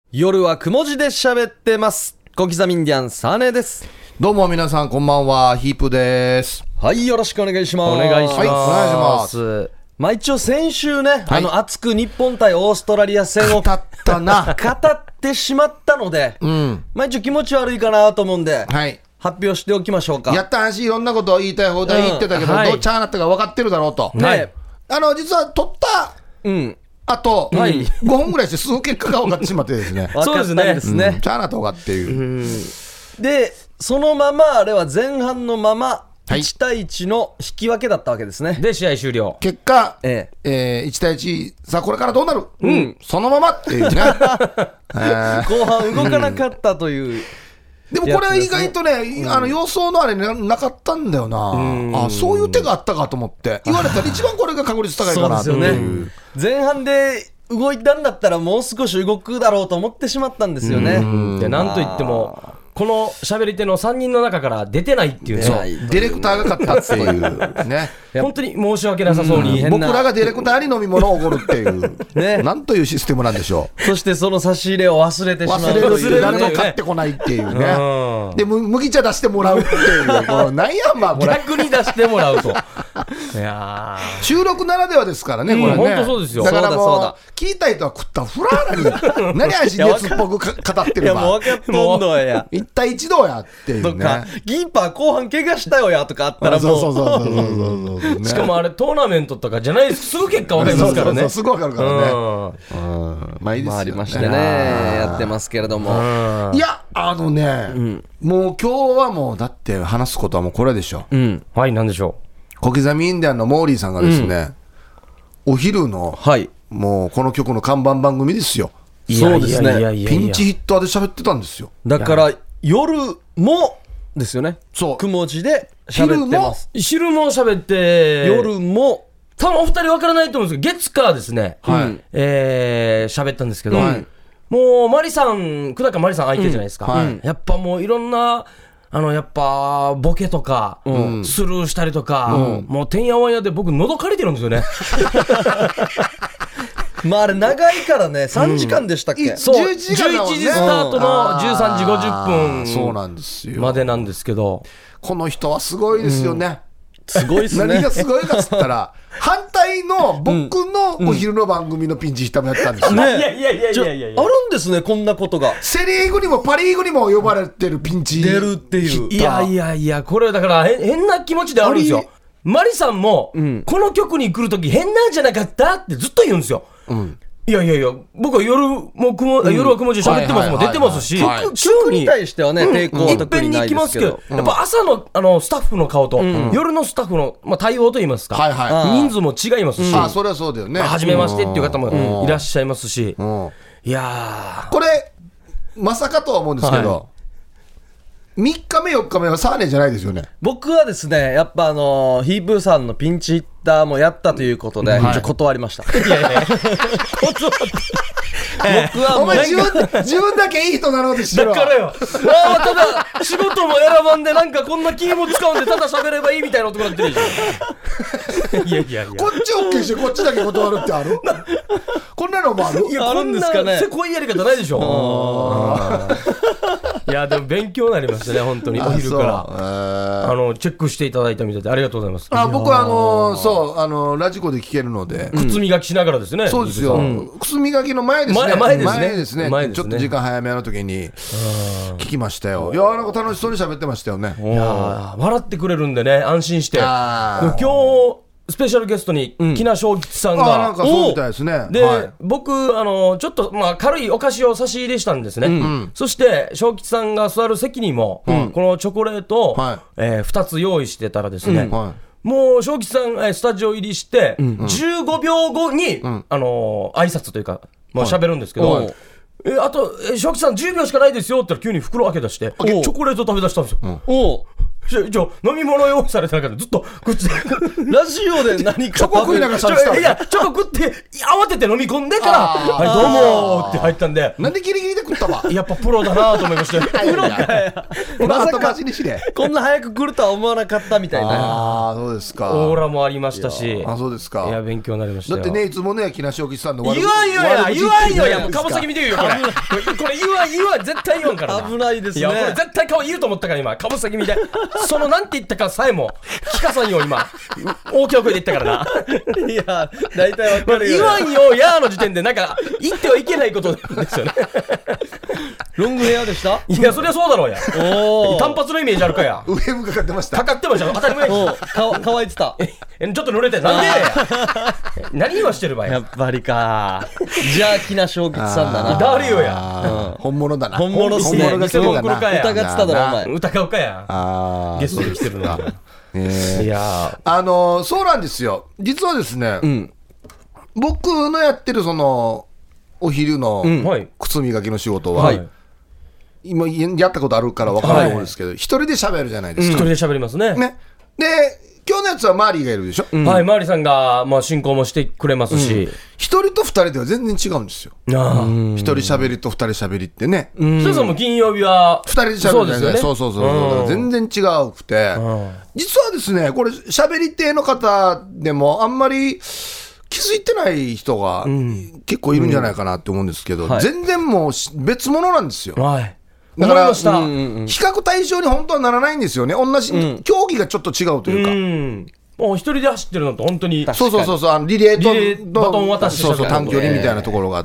夜はくも字で喋ってます。小刻みインディアンサネです。 どうも皆さんこんばんは、ヒープです。 はい、よろしくお願いします。 お願いします。 はい、お願いします。 まあ一応先週ね、 はい、 熱く日本対オーストラリア戦を語ったな語ってしまったので、まあ一応気持ち悪いかなと思うんで、 はい、 発表しておきましょうか。 やった話いろんなことを言いたい放題言ってたけど、どっちゃなったか分かってるだろうと、 はい、 実は取ったあと、5分ぐらいしてすぐ結果が分かってしまってですねそうですね、 チャーナとかっていう、 でそのままあれは前半のまま1対1の引き分けだったわけですね。 で試合終了。 結果、1対1、さあこれからどうなる、そのままっていうね後半動かなかったというでもこれは意外とね、予想のあれなかったんだよな。そういう手があったかと思って言われたら一番これが確率高いかなっていう。 そうですよね。前半で動いたんだったらもう少し動くだろうと思ってしまったんですよね。 でなんといってもこの喋り手の3人の中から出てないっていう、 そうディレクターが勝ったっていうね本当に申し訳なさそうに、 僕らがディレクターに飲み物をおごるっていうね、なんというシステムなんでしょう。 そしてその差し入れを忘れてしまう、 忘れる誰も買ってこないっていうね、で麦茶出してもらうっていうなんやんばこれ逆に出してもらうといや収録ならではですからね、これね。 本当そうですよ。 だからもう聞いた人は食ったフラーラに何味熱っぽく語ってるか。 いやもう分かっとんのや一対一どうやっていうね。 とかキーパー後半怪我したよやとかあったらもうそうしかもあれトーナメントとかじゃないです、すぐ結果分かりますからね。 すぐ分かるからね。まあいいですよね。 ありましてね、やってますけれども、 いやもう今日はもうだって話すことはもうこれでしょ。 はい、なんでしょう。小刻みインディアンのモーリーさんがですね、お昼のもうこの曲の看板番組ですよ。 そうですね、 ピンチヒッターで喋ってたんですよ。 だから夜もですよね。そう、くも字で喋ってます。 昼も喋って夜も多分お二人分からないと思うんですけど、月火ですね、喋ったんですけど、もうマリさん、久高マリさん相手じゃないですか、やっぱもういろんなやっぱボケとか、スルーしたりとか、もうてんやわんやで僕喉借りてるんですよねまああれ長いからね、3時間でしたっけ、 そう11時スタートの13時50分そうなんですよまでなんですけど、 この人はすごいですよね、 すごいですね。 何がすごいかっつったら反対の僕のお昼の番組のピンチヒッターもやったんですよ、 あるんですね、こんなことが。 セリーグにもパリーグにも呼ばれてるピンチ出るっていう。 いやこれだから変な気持ちであるんですよ。マリさんも、この曲に来るとき変なんじゃなかったってずっと言うんですよ。いや僕は夜は雲字喋ってますもん、出てますし、 曲に対してはね、抵抗は特にないですけど、 やっぱ朝のスタッフの顔と、夜のスタッフの対応といいますか、人数も違いますし、 それはそうだよね。 初めましてっていう方もいらっしゃいますし、いやこれまさかとは思うんですけど、3日目4日目はサーネじゃないですよね。 僕はですね、やっぱヒープーさんのピンチヒッターもやったということで、断りました。いや僕はお前自分だけいい人なのでしてるわ。 だからよ、ただ仕事も選ばんで、なんかこんな気も使うんでただ喋ればいいみたいな男になってるじゃん。いやこっち OK してこっちだけ断るってあるこんなのもある。 いや、あるんですかね。 せこいやり方ないでしょ。いやでも勉強になりましたね、本当にお昼からチェックしていただいたみたいでありがとうございます。 僕はラジコで聞けるので、 靴磨きしながらですね。 そうですよ、靴磨きの前ですね。 前ですね。 ちょっと時間早めの時に聞きましたよ。いやなんか楽しそうに喋ってましたよね。 いや笑ってくれるんでね、安心して。今日スペシャルゲストに木名正吉さんが、 なんかそうみたいですね。 で、僕ちょっと軽いお菓子を差し入れしたんですね。そして正吉さんが座る席にもこのチョコレートを2つ用意してたらですね、もう正吉さんスタジオ入りして15秒後に挨拶というか喋るんですけど、あと正吉さん10秒しかないですよって言ったら急に袋開け出してチョコレート食べ出したんですよ。飲み物用意されてなかったずっと口でラジオで何かチョコ食いながら喋ってた。 いやチョコ食って慌てて飲み込んでからはいどうもって入ったんで、 なんでギリギリで食ったわ。 やっぱプロだなと思いましたプロかよ。まさかにしね。 こんな早く来るとは思わなかったみたいな。 ああ、そうですか。 オーラもありましたし。 あ、そうですか。 いや、勉強になりましたよ。 だってね、いつもね、木梨興吉さんの言わんよや、もう顔先見てるよ、これ。これ言わん、絶対言わんからな。 危ないですね。 いや、これ絶対顔言うと思ったから今、顔先見て。そのなんて言ったかさえも、聞かさんよ、今。大きな声で言ったからな。 いや、大体わかるよ。 言わんよ、やーの時点で、なんか、言ってはいけないことですよね。 ロングヘアでした？ いや、そりゃそうだろうや。単発のイメージあるかや。 ウェーブかかってました。 かかってました。当たり前や。 乾いてた。 ちょっと濡れて、なんで何言わしてる場合やっぱりか。じゃあ、木梨興吉さんだな。 誰よや。 本物だな。 本物っすね。 本物が偽物かや。 疑ってただろ、お前。 疑うかや。ゲストで来てるな。いやそうなんですよ。実はですね、僕のやってるそのお昼の靴磨きの仕事は、今やったことあるから分かると思うんですけど、一人で喋るじゃないですか。 一人で喋りますね。 で、今日のやつはマーリーがいるでしょ。 はい、マーリーさんが進行もしてくれますし、 一人と二人では全然違うんですよ。一人喋りと二人喋りってね。 それこそ金曜日は二人で喋るじゃないですか。そう全然違うくて、実はですね、これ喋り手の方でもあんまり気づいてない人が結構いるんじゃないかなって思うんですけど、全然もう別物なんですよ。だから、比較対象に本当はならないんですよね。同じ、競技がちょっと違うというか。 もう一人で走ってるのと本当に。 そう、リレーと、 バトン渡して短距離みたいなところがあって、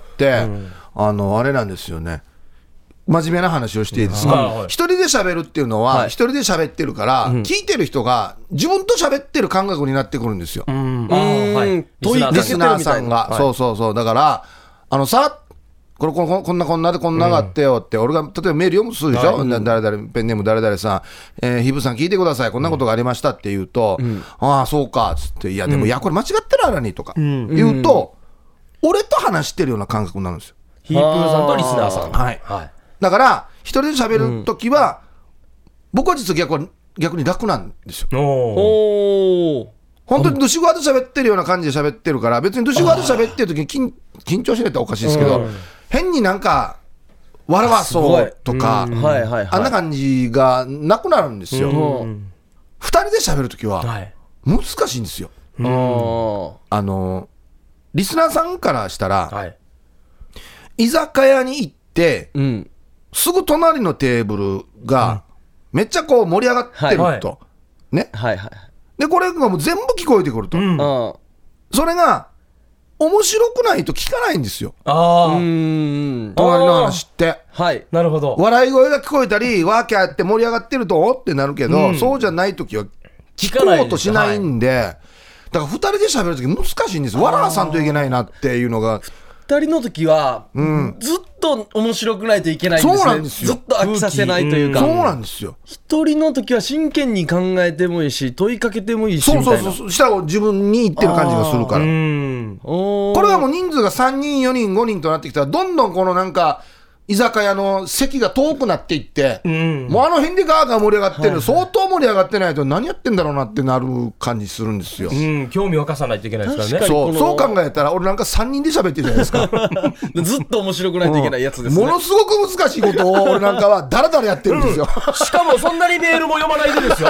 あれなんですよね。真面目な話をしていいですか。一人で喋るっていうのは、一人で喋ってるから、聞いてる人が自分と喋ってる感覚になってくるんですよ。リスナーさんが。そう。だから、こんなでこんながあってよって、俺が例えばメール読むとするでしょ、誰々、ペンネーム誰々さん、ヒブさん聞いてください、こんなことがありましたって言うと、ああ、そうかっつって、いや、でも、いや、これ間違ってるあらにとか言うと、俺と話してるような感覚になるんですよ。 ヒープーさんとリスナーさん。 はい。だから、一人で喋るときは、僕は実は逆に楽なんですよ。本当にドシゴワで喋ってるような感じで喋ってるから、別にドシゴワで喋ってるときに緊張しないとおかしいですけど、変になんか笑わそうとか、あんな感じがなくなるんですよ。二人で喋るときは難しいんですよ。リスナーさんからしたら、居酒屋に行って、すぐ隣のテーブルがめっちゃこう盛り上がってると。ね。で、これがもう全部聞こえてくると。それが面白くないと聞かないんですよ。隣の話って。 なるほど。 笑い声が聞こえたり、ワーキャーって盛り上がってるとってなるけど、そうじゃないときは聞こうとしないんで、だから二人で喋るとき難しいんです。笑わさんといけないなっていうのが。 二人の時は、ずっと面白くないといけないんですね。 そうなんですよ。 ずっと飽きさせないというか。 そうなんですよ。 一人の時は真剣に考えてもいいし、問いかけてもいいしみたいな。 そう。したら自分に言ってる感じがするから。これがもう人数が3人、4人、5人となってきたら、どんどんこのなんか、居酒屋の席が遠くなっていって、もうあの辺でガーガー盛り上がってる、相当盛り上がってないと何やってんだろうなってなる感じするんですよ。 興味を沸かさないといけないですからね。 そう考えたら俺なんか3人で喋ってるじゃないですか。 ずっと面白くないといけないやつですね。 ものすごく難しいことを俺なんかはダラダラやってるんですよ。 しかもそんなにメールも読まないでですよ。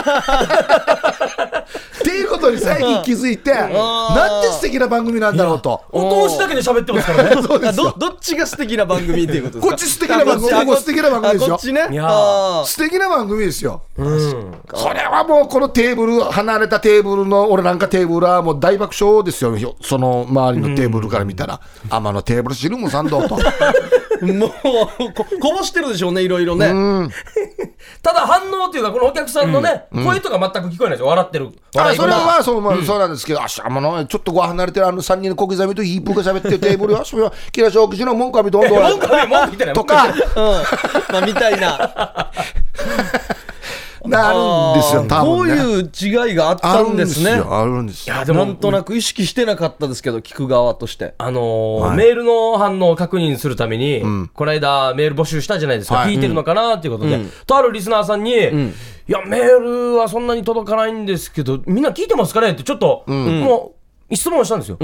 っていうことに最近気づいて、なんて素敵な番組なんだろうと。 お通しだけで喋ってますからね。 どっちが素敵な番組っていうことですか。 こっち素敵な番組、ここ素敵な番組ですよ。 こっちね。 素敵な番組ですよ。それはもうこのテーブル、離れたテーブルの俺なんかテーブルはもう大爆笑ですよ。その周りのテーブルから見たら、天のテーブル汁もさんどうと。 もうこぼしてるでしょうね、いろいろね。 ただ反応というか、このお客さんのね、声とか全く聞こえないですよ。笑ってる。 それはまあそうなんですけど、ちょっとこう離れてる3人の小刻みとヒープが喋ってるテーブルは、木梨興吉の文句はみどんどんとか、 みたいな。 なるんですよ、多分ね。 こういう違いがあったんですね。 あるんですよ。 なんとなく意識してなかったですけど、聞く側として。 メールの反応を確認するために、この間メール募集したじゃないですか。聞いてるのかなっていうことで、とあるリスナーさんに、いや、メールはそんなに届かないんですけど、みんな聞いてますかねってちょっと、もう質問したんですよ。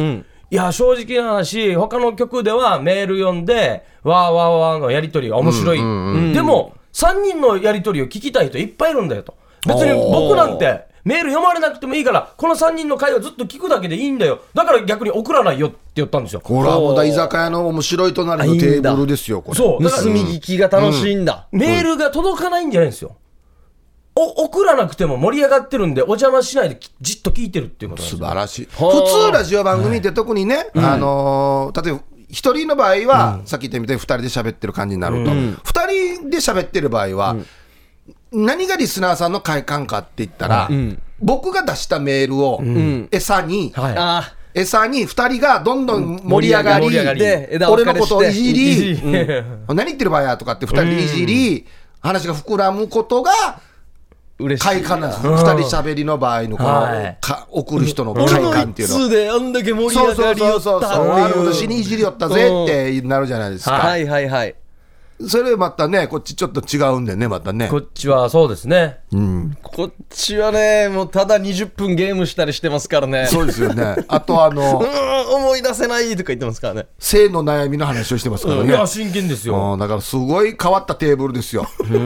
いや正直な話、他の曲ではメール読んでわーわーわーのやり取りが面白い、でも3人のやり取りを聞きたい人いっぱいいるんだよと。別に僕なんてメール読まれなくてもいいから、この3人の会話ずっと聞くだけでいいんだよ、だから逆に送らないよって言ったんですよ。 これはもう居酒屋の面白い隣のテーブルですよ、これ。 そうだから盗み聞きが楽しいんだ、 メールが届かないんじゃないんですよ。送らなくても盛り上がってるんで、お邪魔しないでじっと聞いてるっていうことなんですよ。 素晴らしい。普通ラジオ番組って特にね、例えば一人の場合は、さっき言ったみたいに2人で喋ってる感じになると、2人で喋ってる場合は、何がリスナーさんの快感かって言ったら、僕が出したメールを餌に、餌に2人がどんどん盛り上がりで、俺のことをいじり、何言ってる場合やとかって2人でいじり、話が膨らむことが快感なんです。2人喋りの場合のこの送る人の快感っていうの。 俺の一通であんだけ盛り上がりよったっていう。 私にいじりよったぜってなるじゃないですか。 はいはいはい。 それまたね、こっちちょっと違うんでね、またね。 こっちはそうですね。 こっちはね、もうただ20分ゲームしたりしてますからね。 そうですよね。あと思い出せないとか言ってますからね。 性の悩みの話をしてますからね。 いや真剣ですよ。 だからすごい変わったテーブルですよ。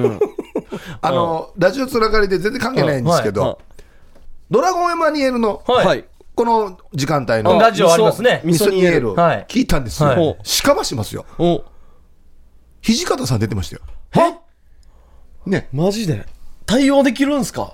ラジオつながりで全然関係ないんですけど、ドラゴンエマニエルのこの時間帯のラジオありますね。 ミソニエル聞いたんですよ。しかましますよ。土方さん出てましたよ。ね、 マジで対応できるんすか？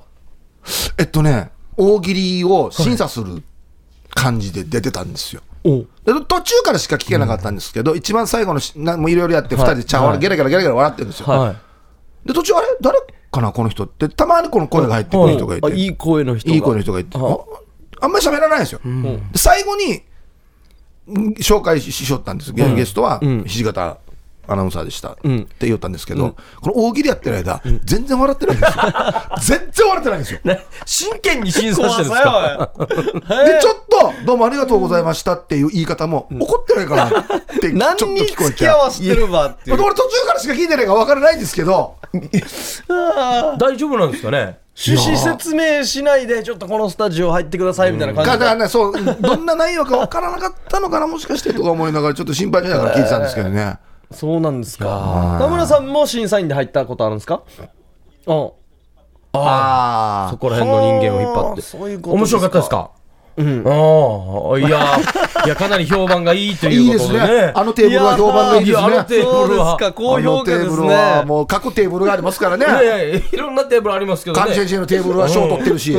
大喜利を審査する感じで出てたんですよ。途中からしか聞けなかったんですけど、一番最後のもういろいろやって2人でゲラゲラゲラゲラ笑ってるんですよ。で途中あれ誰かなこの人ってたまにこの声が入ってくる人がいて、 いい声の人がいて、あんまり喋らないんですよ。最後に紹介しよったんです。ゲストは土方アナウンサーでしたって言ったんですけど、この大喜利やってる間全然笑ってないんですよ。全然笑ってないんですよ。 真剣に審査してるんですか？ でちょっとどうもありがとうございましたっていう言い方も怒ってないかなってちょっと何に聞こえて、 付き合わせてるばっていう。 俺途中からしか聞いてないから分からないんですけど大丈夫なんですかね。 趣旨説明しないでちょっとこのスタジオ入ってくださいみたいな感じで、 だからね、そうどんな内容か分からなかったのかなもしかしてとか思いながらちょっと心配しながら聞いてたんですけどね。 そうなんですか。田村さんも審査員で入ったことあるんですか？ そこら辺の人間を引っ張って。 そういうこと面白かったですか？いやかなり評判がいいということでね。 いいですね。あのテーブルは評判がいいですね。 あのテーブルは高評価ですね。 もう各テーブルがありますからね。 いろんなテーブルありますけどね。 上先生のテーブルは賞取ってるし。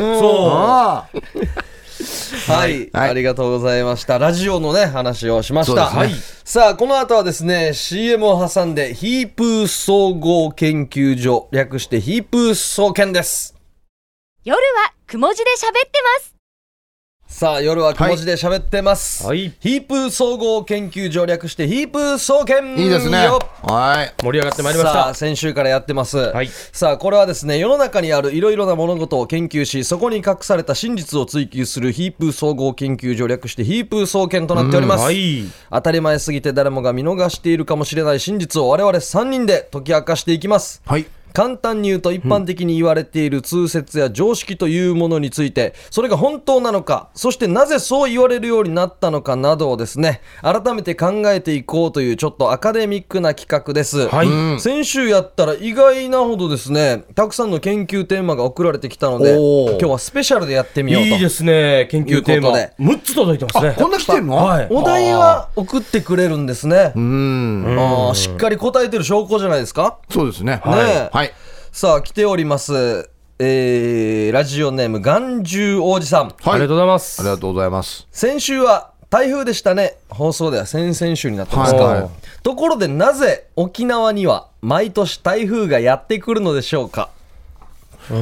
はい、ありがとうございました。ラジオのね話をしました。さあこの後はですね CM を挟んでヒープー総合研究所、略してヒープー総研です。 夜はくも字で喋ってます。 さあ夜はくも字で喋ってます、ヒープー総合研究所、略してヒープー総研。 いいですね。 盛り上がってまいりました。 さあ先週からやってます、さあこれはですね世の中にあるいろいろな物事を研究し、そこに隠された真実を追求するヒープー総合研究所、略してヒープー総研となっております、当たり前すぎて誰もが見逃しているかもしれない真実を我々3人で解き明かしていきます。簡単に言うと一般的に言われている通説や常識というものについて、それが本当なのか、そしてなぜそう言われるようになったのかなどをですね改めて考えていこうというちょっとアカデミックな企画です、先週やったら意外なほどですねたくさんの研究テーマが送られてきたので、今日はスペシャルでやってみようと。 いいですね。研究テーマ6つ届いてますね。 こんな来てるの？ お題は送ってくれるんですね。しっかり答えてる証拠じゃないですか。 そうですね。 さあ来ております、ラジオネーム眼中王子さん、 ありがとうございます。 ありがとうございます。 先週は台風でしたね。放送では先々週になってますか、ところでなぜ沖縄には毎年台風がやってくるのでしょうか。 こ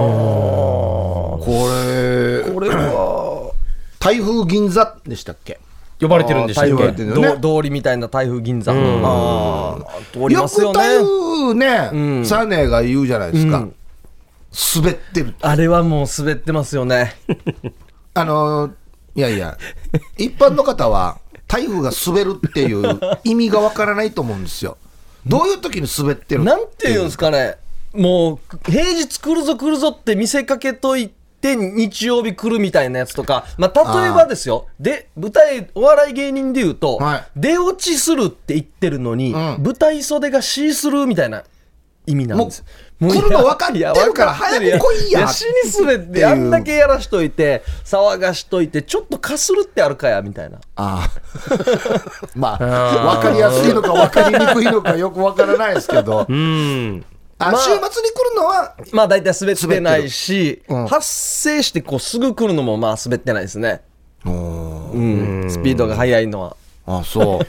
れは台風銀座でしたっけ？ 呼ばれてるんでしたっけ？ 通りみたいな台風銀座、通りますよね。 よく台風ね、サネが言うじゃないですか、滑ってる。 あれはもう滑ってますよね。 いやいや一般の方は台風が滑るっていう意味がわからないと思うんですよ。どういう時に滑ってるなんていうんですかね、もう平日来るぞ来るぞって見せかけといて日曜日来るみたいなやつとか、まあ、例えばですよ、で舞台お笑い芸人でいうと、はい、出落ちするって言ってるのに、舞台袖がシースルーみたいな意味なんです。 もう来るの分かってるから早く来いや。 死にすべってあんだけやらしといて騒がしといてちょっとかするってあるかやみたいな。 まあ分かりやすいのか分かりにくいのかよく分からないですけど、週末に来るのはまあ大体滑ってないし、発生してこうすぐ来るのもまあ滑ってないですね。スピードが速いのは。 そう、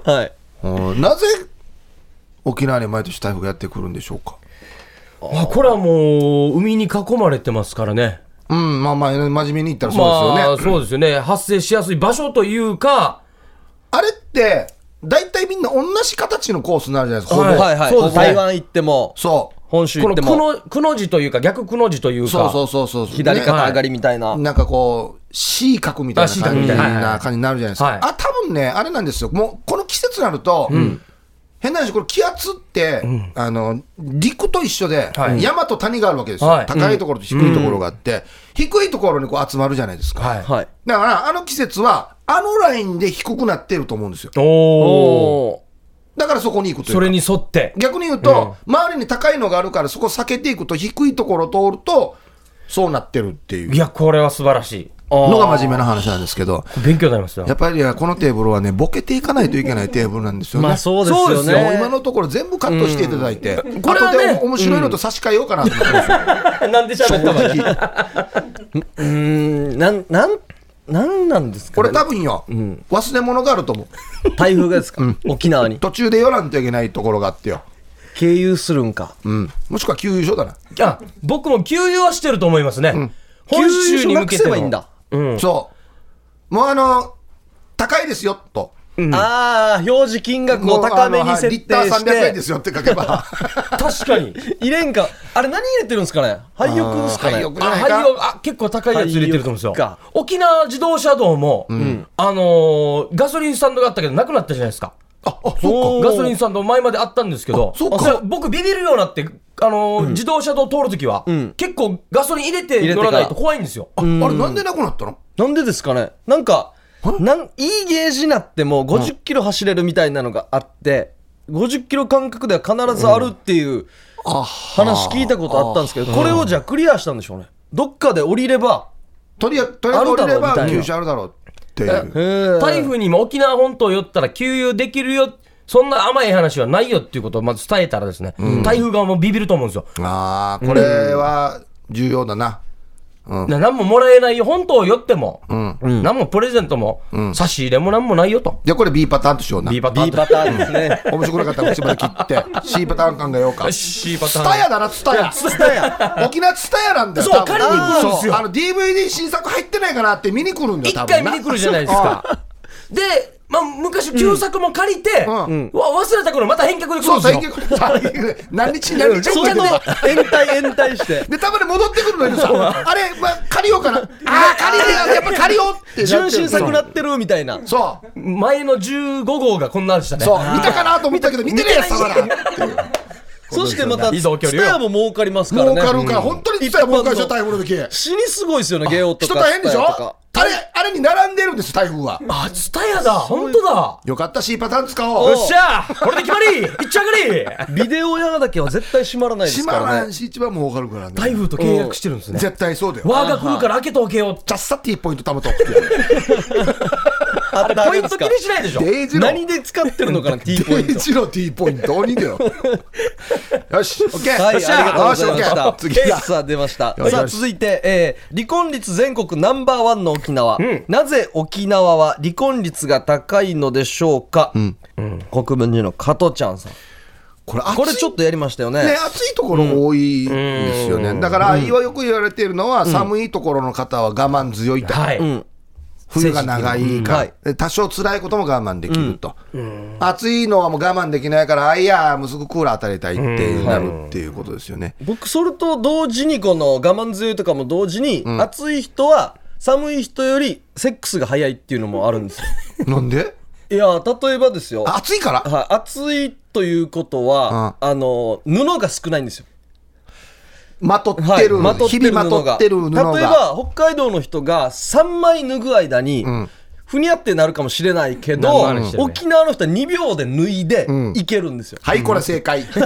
はい。 なぜ沖縄に毎年台風がやってくるんでしょうか。 これはもう海に囲まれてますからね。 まあ真面目に言ったらそうですよね。 そうですよね。発生しやすい場所というか、 あれって大体みんな同じ形のコースになるじゃないですか。 はいはい、そうですね。台湾行っても、 そう本州行っても、 このくの字というか逆くの字というか、 そう左肩上がりみたいな、 なんかこう C 角みたいな感じになるじゃないですか。多分ねあれなんですよ。もうこの季節になると。変な話、これ気圧って、陸と一緒で、山と谷があるわけですよ。高いところと低いところがあって、低いところにこう集まるじゃないですか。だからあの季節はあのラインで低くなってると思うんですよ。だからそこに行くというか、 それに沿って逆に言うと、周りに高いのがあるからそこ避けていくと、低いところを通るとそうなってるっていう。 いやこれは素晴らしいのが真面目な話なんですけど、 勉強になりますよ。 やっぱりこのテーブルはね、ボケていかないといけないテーブルなんですよね。 まあそうですよね。 今のところ全部カットしていただいて、これはね、面白いのと差し替えようかなと思ってますよ。 なんで喋ったのなんなんですかね。 これ多分よ、忘れ物があると思う。 台風がですか、沖縄に途中で寄らんといけないところがあってよ。 経由するんか、 もしくは給油所だな。 僕も給油はしてると思いますね。 本州に向けてもいいんだ。 そうもう高いですよと、 表示金額を高めに設定して、 リッター300円ですよって書けば確かに入れんか。あれ何入れてるんですかね。廃浴ですかね。 結構高いやつ入れてると思うんですよ。沖縄自動車道も、ガソリンスタンドがあったけどなくなったじゃないですか。 そうか。ガソリンスタンド前まであったんですけど、僕ビビるようになって、自動車道通るときは、結構ガソリン入れて乗らないと怖いんですよ。 あれなんでなくなったの？ なんでですかね。なんかいいゲージになっても50キロ走れるみたいなのがあって、50キロ間隔では必ずあるっていう話聞いたことあったんですけど、これをじゃあクリアしたんでしょうね。どっかで降りれば、 とりあえず降りれば給油あるだろうっていう。 台風にも沖縄本島寄ったら給油できるよ、そんな甘い話はないよっていうことをまず伝えたらですね、台風側もビビると思うんですよ。 これは重要だな。 何ももらえないよ、本島寄っても、何もプレゼントも、差し入れも何もないよと。 じゃあこれ B パターンとしような。 B パターンですね。 面白くなかったら口まで切って C パターン考えようか。 C パターン。 ツタヤだな、ツタヤ。沖縄ツタヤなんだよ。 そう、借りに来るんですよ。 DVD 新作入ってないかなって見に来るんだよ。 一回見に来るじゃないですか。で、昔旧作も借りて、忘れた頃また返却で来るんですよ。 何日延滞してでたまに戻ってくるのにさ、あれ、借りようかな、借りれやっぱ借りようって純真作なってるみたいな。 そう前の15号がこんなでしたね。 そう見たかなと思ったけど見てねえやつだからそしてまたツタヤも儲かりますからね。 儲かるから本当にツタヤ儲かるでしょ。台風の時死にすごいですよね。ゲオとか人大変でしょ。あれに並んでるんです台風は。 ツタヤだ、本当だ。 よかった、 C パターン使おう。 よっしゃこれで決まり、いっちゃがり。 ビデオ屋だけは絶対閉まらないですからね。 閉まらんし一番儲かるからね。 台風と契約してるんですね。 絶対そうだよ。 輪が来るから開けておけよ。 チャッサティポイント貯めとく。 あれポイント気にしないでしょ。 何で使ってるのかな。 T ポイント。 デイジの T ポイント鬼だよ。よし、オッケー。 はい、ありがとうございました。 次さあ出ました。さあ続いて、離婚率全国ナンバーワンの沖縄。なぜ沖縄は離婚率が高いのでしょうか。国分寺の加藤ちゃんさん。これちょっとやりましたよね。 暑いところ多いですよね。だからよく言われているのは、寒いところの方は我慢強いと。冬が長いから、多少辛いことも我慢できると、暑いのはもう我慢できないから、いやもうすぐクーラー当たりたいってなるっていうことですよね。 僕それと同時にこの我慢強いとかも同時に、暑い人は寒い人よりセックスが早いっていうのもあるんですよ。 なんで？ いや例えばですよ、 暑いから、 暑いということは、布が少ないんですよ。 まとってる、日々まとってる布が、 例えば北海道の人が3枚脱ぐ間に、ふにゃってなるかもしれないけど、沖縄の人は2秒で脱いでいけるんですよ。 はい、これ正解。 はい、ちょ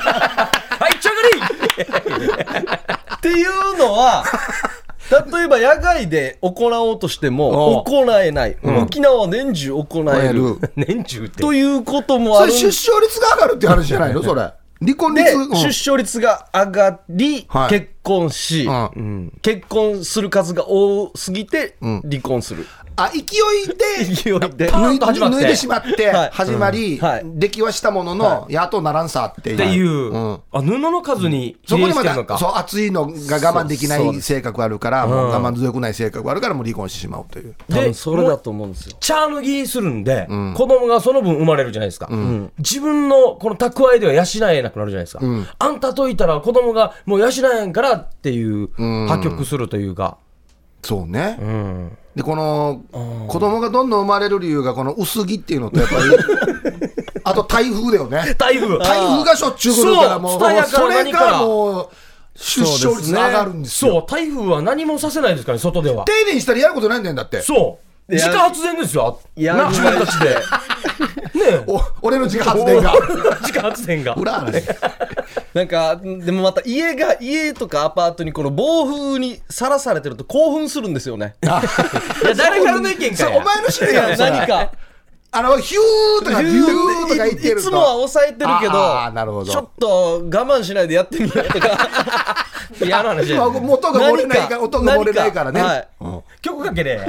がりっていうのは例えば野外で行おうとしても行えない、沖縄は年中行える年中ってということもある。 それ出生率が上がるっていう話じゃないのそれ。離婚率で、出生率が上がり、結婚し、結婚する数が多すぎて離婚する。 勢いで脱いでしまって始まり、出来はしたものの、やっとならんさっていう、 布の数に比例してるのか。 そう、暑いのが我慢できない性格があるから、もう我慢強くない性格があるから、もう離婚してしまうという。 で、それだと思うんですよ。 茶脱ぎするんで、子供がその分生まれるじゃないですか。自分のこの蓄えでは養えなくなるじゃないですか。あんたといたら子供がもう養えんからっていう破局するというか。 そうね。でこの子供がどんどん生まれる理由がこの薄着っていうのとやっぱりあと台風だよね。 台風がしょっちゅう来るから、もうそれがもう出生率が上がるんですよ。 そう、台風は何もさせないですからね、外では。 丁寧にしたらやることないんだよ。だってそう自家発電ですよ。自分たちでね、 俺の自家発電が自家発電が裏話なんかでもまた家とかアパートにこの暴風にさらされてると興奮するんですよね。 いや、誰からの意見かや。 お前の知り合い何かヒューとかビューとか言ってるといつもは抑えてるけど、 なるほど、 ちょっと我慢しないでやってみようとか嫌な話じゃん。 音が漏れないからね、 曲かけれ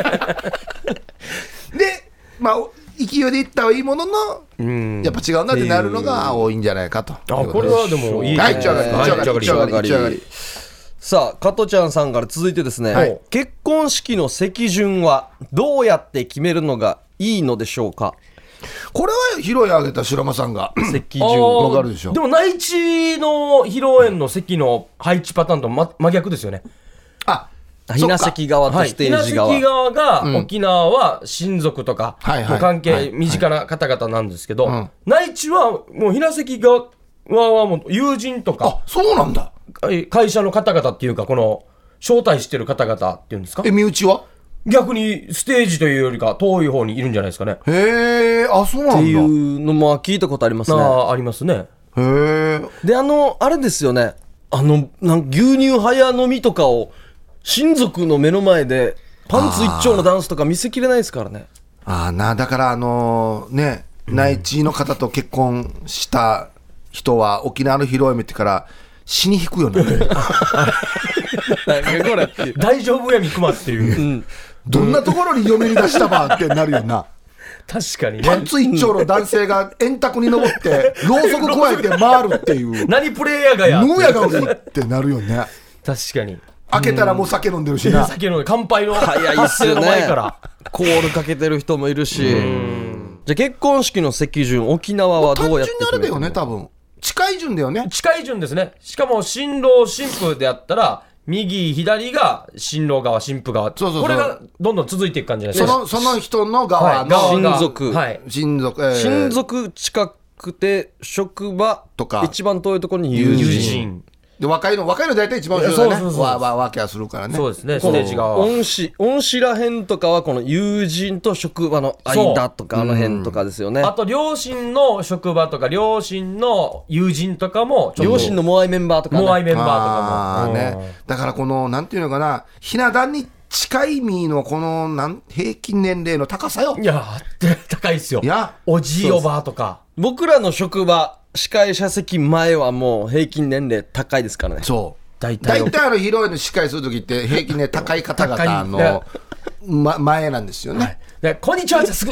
で、まあ勢いでいったはいいものの、やっぱ違うなってなるのが多いんじゃないかと。 これはでもいい。 はい、一上がり。 さあ、加トちゃんさんから続いてですね、結婚式の席順はどうやって決めるのがいいのでしょうか。 これは披露宴あげた白間さんが席順わかるでしょ。 でも内地の披露宴の席の配置パターンと真逆ですよね。 ひな席側とステージ側、 ひな席側が沖縄は親族とかの関係身近な方々なんですけど、内地はもうひな席側はもう友人とか、 そうなんだ、 会社の方々っていうか、この招待してる方々っていうんですか。 身内は逆にステージというよりか遠い方にいるんじゃないですかね。 へえ、そうなんだっていうのも聞いたことありますね。 ありますね。 へえ。 であれですよね、牛乳早飲みとかを親族の目の前でパンツ一丁のダンスとか見せきれないですからね。 だから内地の方と結婚した人は沖縄の披露宴見てから死に引くよねなんかこれ大丈夫やみくまっていう、 どんなところに嫁に出したばってなるよな。 確かにね。 パンツ一丁の男性が円卓に登ってろうそく加えて回るっていう何プレイヤーがやムーヤが売りってなるよね。 確かに開けたらもう酒飲んでるしな。 酒飲んで乾杯の早いっすよね。 前からコールかけてる人もいるし。じゃあ結婚式の席順、沖縄はどうやって決めるの？ 単純にあれだよね、多分近い順だよね。 近い順ですね。しかも新郎新婦であったら右左が新郎側新婦側、これがどんどん続いていく感じですね。 その人の側の親族近くて職場とか一番遠いところに友人で、若いの大体一番後ろだね。わけはするからね。 そうですね。ステージ側恩師らへんとかはこの友人と職場の間とかあの辺とかですよね。 あと両親の職場とか両親の友人とかも両親のモアイメンバーとかね。 モアイメンバーとかもね。だからこのなんていうのかな、ひな壇に近い身のこの平均年齢の高さよ。 いや高いっすよ。おじいおばあとか。 僕らの職場司会者席前はもう平均年齢高いですからね。 そう大体披露宴の司会するときって平均ね高い方々の前なんですよね。 こんにちは、すぐ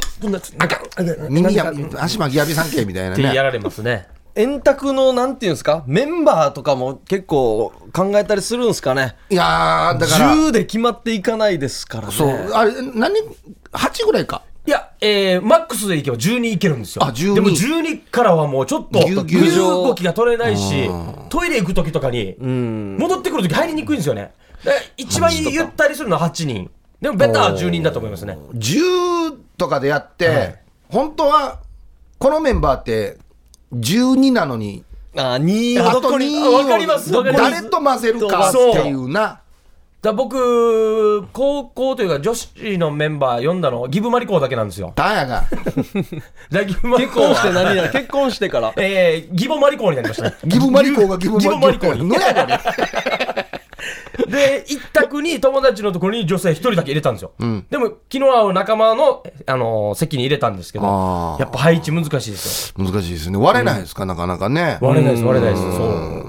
足巻きやびさん系みたいなね。 ってやられますね。 円卓のなんていうんですか、メンバーとかも結構考えたりするんですかね。 いやだから 10で決まっていかないですからね。 そう、あれ8ぐらいか。 いや、マックスでいけば12いけるんですよ。 12。 でも12からはもうちょっと身動きが取れないし、トイレ行く時とかに戻ってくる時入りにくいんですよね。一番ゆったりするのは8人でもベター10人だと思いますね。 10とかでやって、本当はこのメンバーって12なのに 2位あとをどこに、 2位をわかります誰と混ぜるかっていうな。 だ僕、高校というか女子のメンバー読んだのギブマリコーだけなんですよ。 だやがギブマリ結コーは婚して何や結婚してからギボマリコーになりましたね。 ギブマリコーがギブマリコーにギブマリコーにで、一択に友達のところに女性一人だけ入れたんですよ。でも、昨日会う仲間の、席に入れたんですけど、やっぱ配置難しいですよ。 難しいですね。割れないですか、なかなかね。 割れないです、割れないです。そう。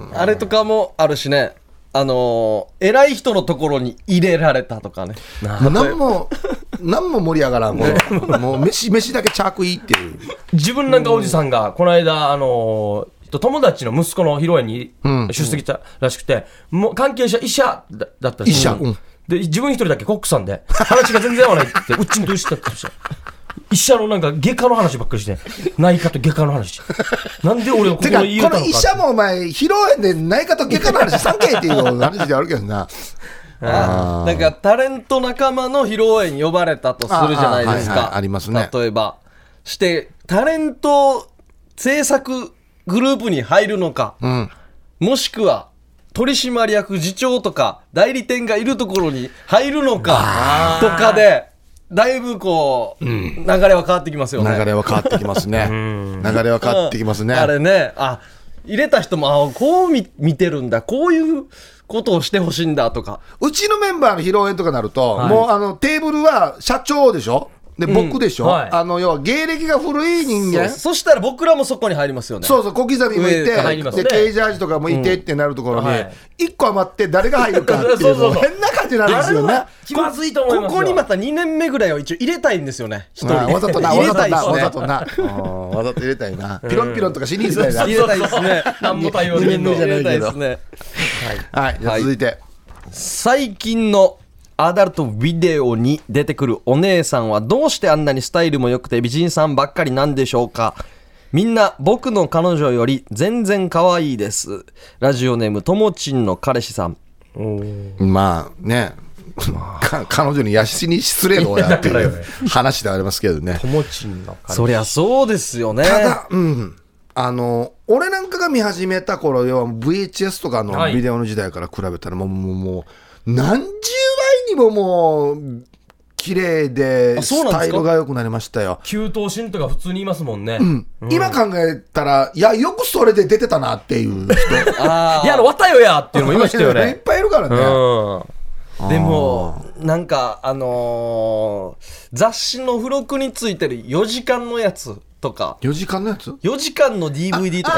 あれとかもあるしね、偉い人のところに入れられたとかね。 何も盛り上がらん、もう飯だけ着衣っていう。 自分なんかおじさんが、この間、友達の息子の披露宴に出席したらしくて、もう関係者医者だったんですよ。で、自分一人だけコックさんで、話が全然合わないって言って、うちんと一緒だったんですよ。医者のなんか外科の話ばっかりして、内科と外科の話。なんで俺をここに入れたのか。 この医者もお前、披露宴で内科と外科の話3件っていう話であるけどな。 なんかタレント仲間の披露宴に呼ばれたとするじゃないですか。 ありますね。 例えば。して、タレント制作グループに入るのか、もしくは取締役次長とか代理店がいるところに入るのかとかで、だいぶこう、流れは変わってきますよね。 流れは変わってきますね。流れは変わってきますね。 あれね、入れた人も、こう見てるんだ、こういうことをしてほしいんだとか。 うちのメンバーの披露宴とかなると、もうテーブルは社長でしょ、で僕でしょ、要は芸歴が古い人間。 そしたら僕らもそこに入りますよね。 そうそう、小刻みもいて、でケージャージとかもいてってなるところに、1個余って誰が入るかっていうの変な感じなんですよね。 気まずいと思いますよ。 ここにまた2年目ぐらいを一応入れたいんですよね。一人わざとな、 入れたいですね。 わざと入れたいな。ピロンピロンとかシリーズだよな。 入れたいですね。 何も対応できんの。 入れたいですね。 はい、じゃあ続いて。 最近のアダルトビデオに出てくるお姉さんはどうしてあんなにスタイルも良くて美人さんばっかりなんでしょうか。みんな僕の彼女より全然可愛いです。ラジオネームともちんの彼氏さん。 まあね、彼女にやしに失礼のやっていう話ではありますけどね。 ともちんの彼氏。 そりゃそうですよね。 ただ、俺なんかが見始めた頃、要は VHS とかのビデオの時代から比べたらもう何十倍にももう綺麗でスタイルが良くなりましたよ。 9頭身とか普通にいますもんね。 今考えたら、いや、よくそれで出てたなっていう人いや、わたよやっていうのもいましたよね。 いっぱいいるからね。 でもなんか雑誌の付録についてる4時間のやつとか、 4時間のやつ 4時間の DVD とか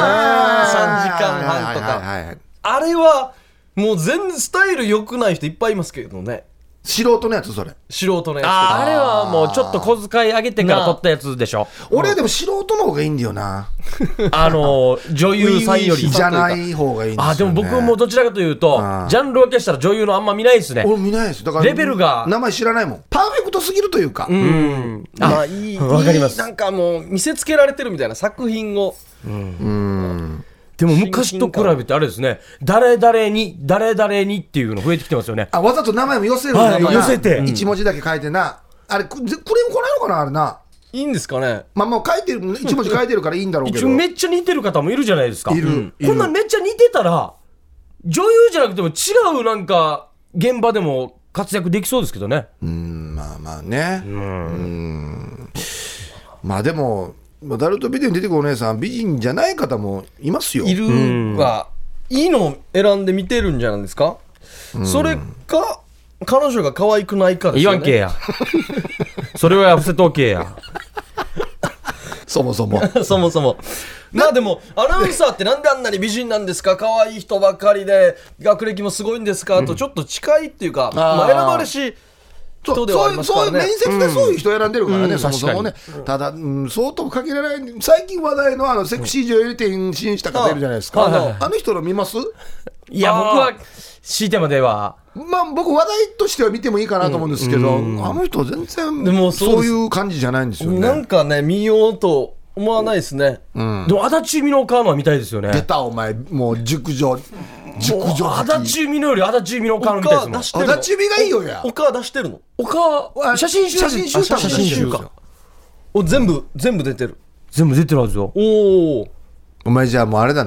3時間半とか、あれはもう全然スタイル良くない人いっぱいいますけどね。 素人のやつ、それ素人のやつとか。 あれはもうちょっと小遣い上げてから撮ったやつでしょ。 俺はでも素人の方がいいんだよな。 女優さんよりじゃない方がいいんですよね。 でも僕もどちらかというとジャンル分けしたら女優のあんま見ないですね。 俺見ないです。だからレベルが名前知らないもん。パーフェクトすぎるというか。 まあいい、わかります。なんかもう見せつけられてるみたいな作品を。 でも昔と比べてあれですね、誰々にっていうの増えてきてますよね。 わざと名前も寄せるんだよ。寄せて 1文字だけ書いてな。あれクレーム来ないのかな、あれな。 いいんですかね。 まあもう書いてる、1文字書いてるからいいんだろうけど。 めっちゃ似てる方もいるじゃないですか。 いる。 こんなんめっちゃ似てたら女優じゃなくても違うなんか現場でも活躍できそうですけどね。 まあまあね。まあでもアダルトビデオに出てくるお姉さん美人じゃない方もいますよ。 いるがいいのを選んで見てるんじゃないですか。それか彼女が可愛くないかですよね。 言わんけやそれは伏せとけやそもそもまあでもアナウンサーってなんであんなに美人なんですか、可愛い人ばかりで学歴もすごいんですかとちょっと近いっていうか、まあ選ばれし人ではありますからね。 そういう面接でそういう人選んでるからね、そもそもね。ただ、そうとも限らない。最近話題のセクシー女優に転身した方いるじゃないですか。あの人の見ます？ いや、僕は強いてまではまあ僕話題としては見てもいいかなと思うんですけど、あの人は全然そういう感じじゃないんですよね。 なんかね、見ようと思わないですね。 でも足立美の顔は見たいですよね。 出たお前、もう熟女足立美のより足立美の顔みたいですもん。 足立美がいいよや。 お顔出してるの？ お顔写真集か。全部出てる。 全部出てるはずよ。 お前じゃあもうあれだな、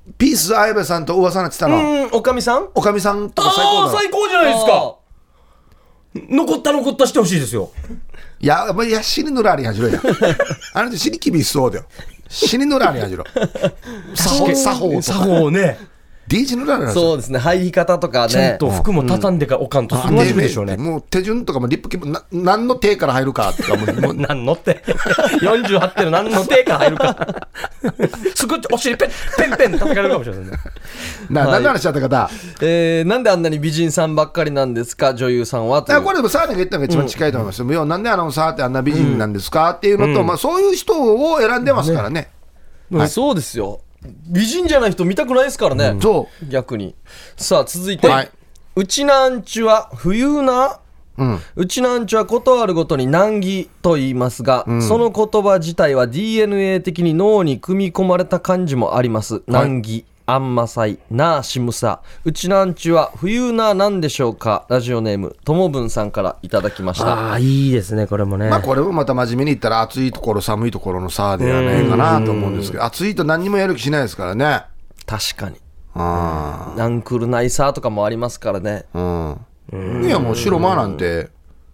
ピース綾部さんと噂になってたの。 おかみさんおかみさんとか最高だろ。 最高じゃないですか。残ったしてほしいですよ。 いや死にぬらありはじろや。あの人死に厳しそうだよ。死にぬらありはじろ。作法ね。ディージのララそうですね、入り方とかね、 ちゃんと服も畳んでからおかんとすごいでしょうね。 もう手順とかもリップ何の手から入るかとかもう何の手48っての何の手から入るかすぐお尻ペン叩かれるかもしれないね。 何の話しちゃった方、 なんであんなに美人さんばっかりなんですか女優さんはという。 これでもサーネが言ったのが一番近いと思いますよ、なんでアナウンサーってあんな美人なんですかっていうのと、そういう人を選んでますからね。 そうですよ、美人じゃない人見たくないですからね、逆に。さあ続いて、うちなんちゅは冬な、うちなんちゅはことあるごとに難儀と言いますが、その言葉自体は DNA 的に脳に組み込まれた感じもあります。難儀、あんまさい、なあしむさ。うちなんちゅは冬ななんでしょうか。ラジオネームともぶんさんからいただきました。 いいですねこれもね。 これもまた真面目に言ったら暑いところ寒いところの差ではないかなと思うんですけど、暑いと何にもやる気しないですからね。 確かに。なんくるないさとかもありますからね。 いやもう白間なんて